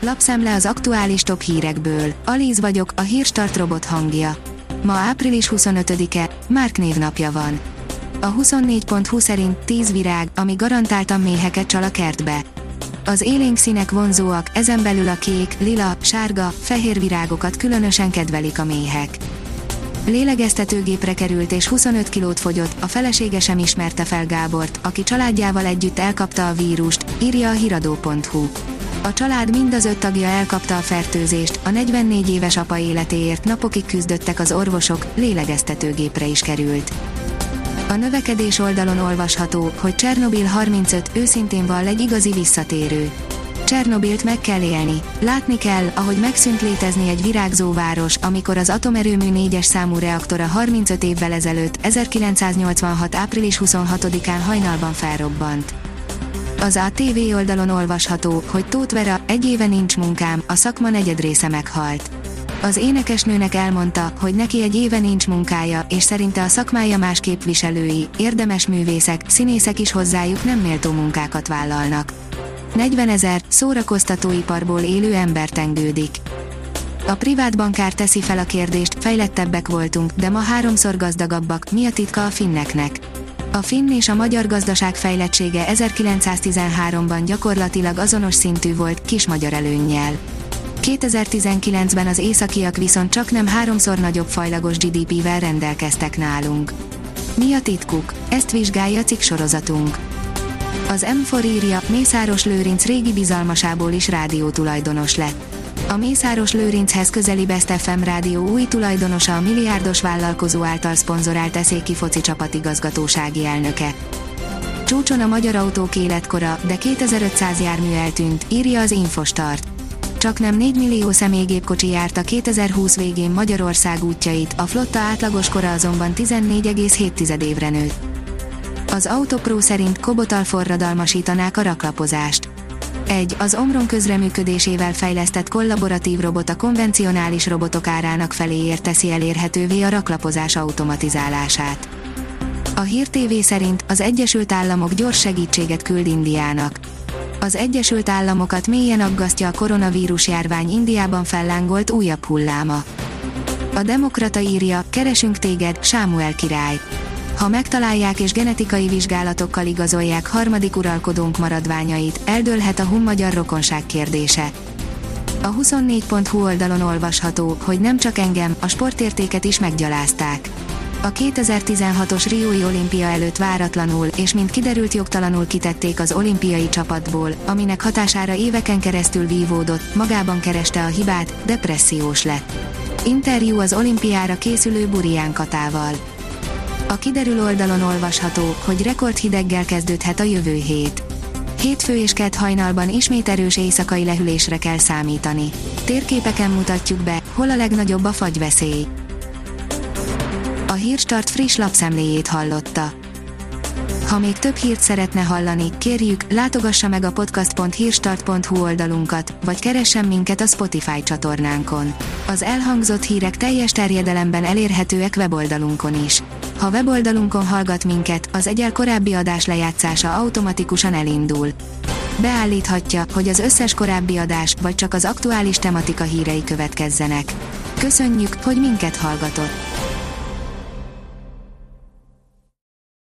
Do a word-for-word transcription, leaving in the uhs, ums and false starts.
Lapszemle az aktuális top hírekből. Alíz vagyok, a Hírstart robot hangja. Ma április huszonötödike, Márk névnapja van. A huszonnégy pont hu szerint tíz virág, ami garantáltan méheket csal a kertbe. Az élénk színek vonzóak, ezen belül a kék, lila, sárga, fehér virágokat különösen kedvelik a méhek. Lélegeztetőgépre került és huszonöt kilót fogyott, a felesége sem ismerte fel Gábort, aki családjával együtt elkapta a vírust, írja a hiradó pont hu. A család mind az öt tagja elkapta a fertőzést, a negyvennégy éves apa életéért napokig küzdöttek az orvosok, lélegeztetőgépre is került. A növekedés oldalon olvasható, hogy Csernobil harmincöt őszintén vall egy igazi visszatérő. Csernobilt meg kell élni. Látni kell, ahogy megszűnt létezni egy virágzó város, amikor az atomerőmű négyes számú reaktora harmincöt évvel ezelőtt, ezerkilencszáznyolcvanhat április huszonhatodikán hajnalban felrobbant. Az á té vé oldalon olvasható, hogy Tóth Vera, egy éve nincs munkám, a szakma negyedrésze meghalt. Az énekesnőnek elmondta, hogy neki egy éve nincs munkája, és szerinte a szakmája más képviselői, érdemes művészek, színészek is hozzájuk nem méltó munkákat vállalnak. negyvenezer szórakoztatóiparból élő ember tengődik. A privát bankár teszi fel a kérdést, fejlettebbek voltunk, de ma háromszor gazdagabbak, mi a titka a finneknek? A finn és a magyar gazdaság fejlettsége ezerkilencszáztizenháromban gyakorlatilag azonos szintű volt, kis magyar előnnyel. kétezer-tizenkilencben az északiak viszont csak nem háromszor nagyobb fajlagos gé dé pével rendelkeztek nálunk. Mi a titkuk? Ezt vizsgálja cikksorozatunk. Az em négy írja, Mészáros Lőrinc régi bizalmasából is rádiótulajdonos lett. A Mészáros Lőrinchez közeli Best ef em rádió új tulajdonosa a milliárdos vállalkozó által szponzorált eszéki foci csapat igazgatósági elnöke. Csúcson a magyar autók életkora, de kétezer-ötszáz jármű eltűnt, írja az Infostart. Csaknem négy millió személygépkocsi járta kétezer-húsz végén Magyarország útjait, a flotta átlagos kora azonban tizennégy egész hét évre nőtt. Az Autopro szerint Kobottal forradalmasítanák a raklapozást. egy. Az Omron közreműködésével fejlesztett kollaboratív robot a konvencionális robotok árának feléért teszi elérhetővé a raklapozás automatizálását. A Hír té vé szerint az Egyesült Államok gyors segítséget küld Indiának. Az Egyesült Államokat mélyen aggasztja a koronavírus járvány Indiában fellángolt újabb hulláma. A Demokrata írja, keresünk téged, Sámuel király. Ha megtalálják és genetikai vizsgálatokkal igazolják harmadik uralkodónk maradványait, eldőlhet a hun-magyar rokonság kérdése. A huszonnégy pont hu oldalon olvasható, hogy nem csak engem, a sportértéket is meggyalázták. A kétezer-tizenhatos riói olimpia előtt váratlanul, és mint kiderült jogtalanul kitették az olimpiai csapatból, aminek hatására éveken keresztül vívódott, magában kereste a hibát, depressziós lett. Interjú az olimpiára készülő Burián Katával. A kiderül oldalon olvasható, hogy rekordhideggel kezdődhet a jövő hét. Hétfő és kedd hajnalban ismét erős éjszakai lehűlésre kell számítani. Térképeken mutatjuk be, hol a legnagyobb a fagyveszély. A Hírstart friss lapszemléjét hallotta. Ha még több hírt szeretne hallani, kérjük, látogassa meg a podcast pont hírstart pont hu oldalunkat, vagy keressen minket a Spotify csatornánkon. Az elhangzott hírek teljes terjedelemben elérhetőek weboldalunkon is. Ha weboldalunkon hallgat minket, az egyel korábbi adás lejátszása automatikusan elindul. Beállíthatja, hogy az összes korábbi adás, vagy csak az aktuális tematika hírei következzenek. Köszönjük, hogy minket hallgatott!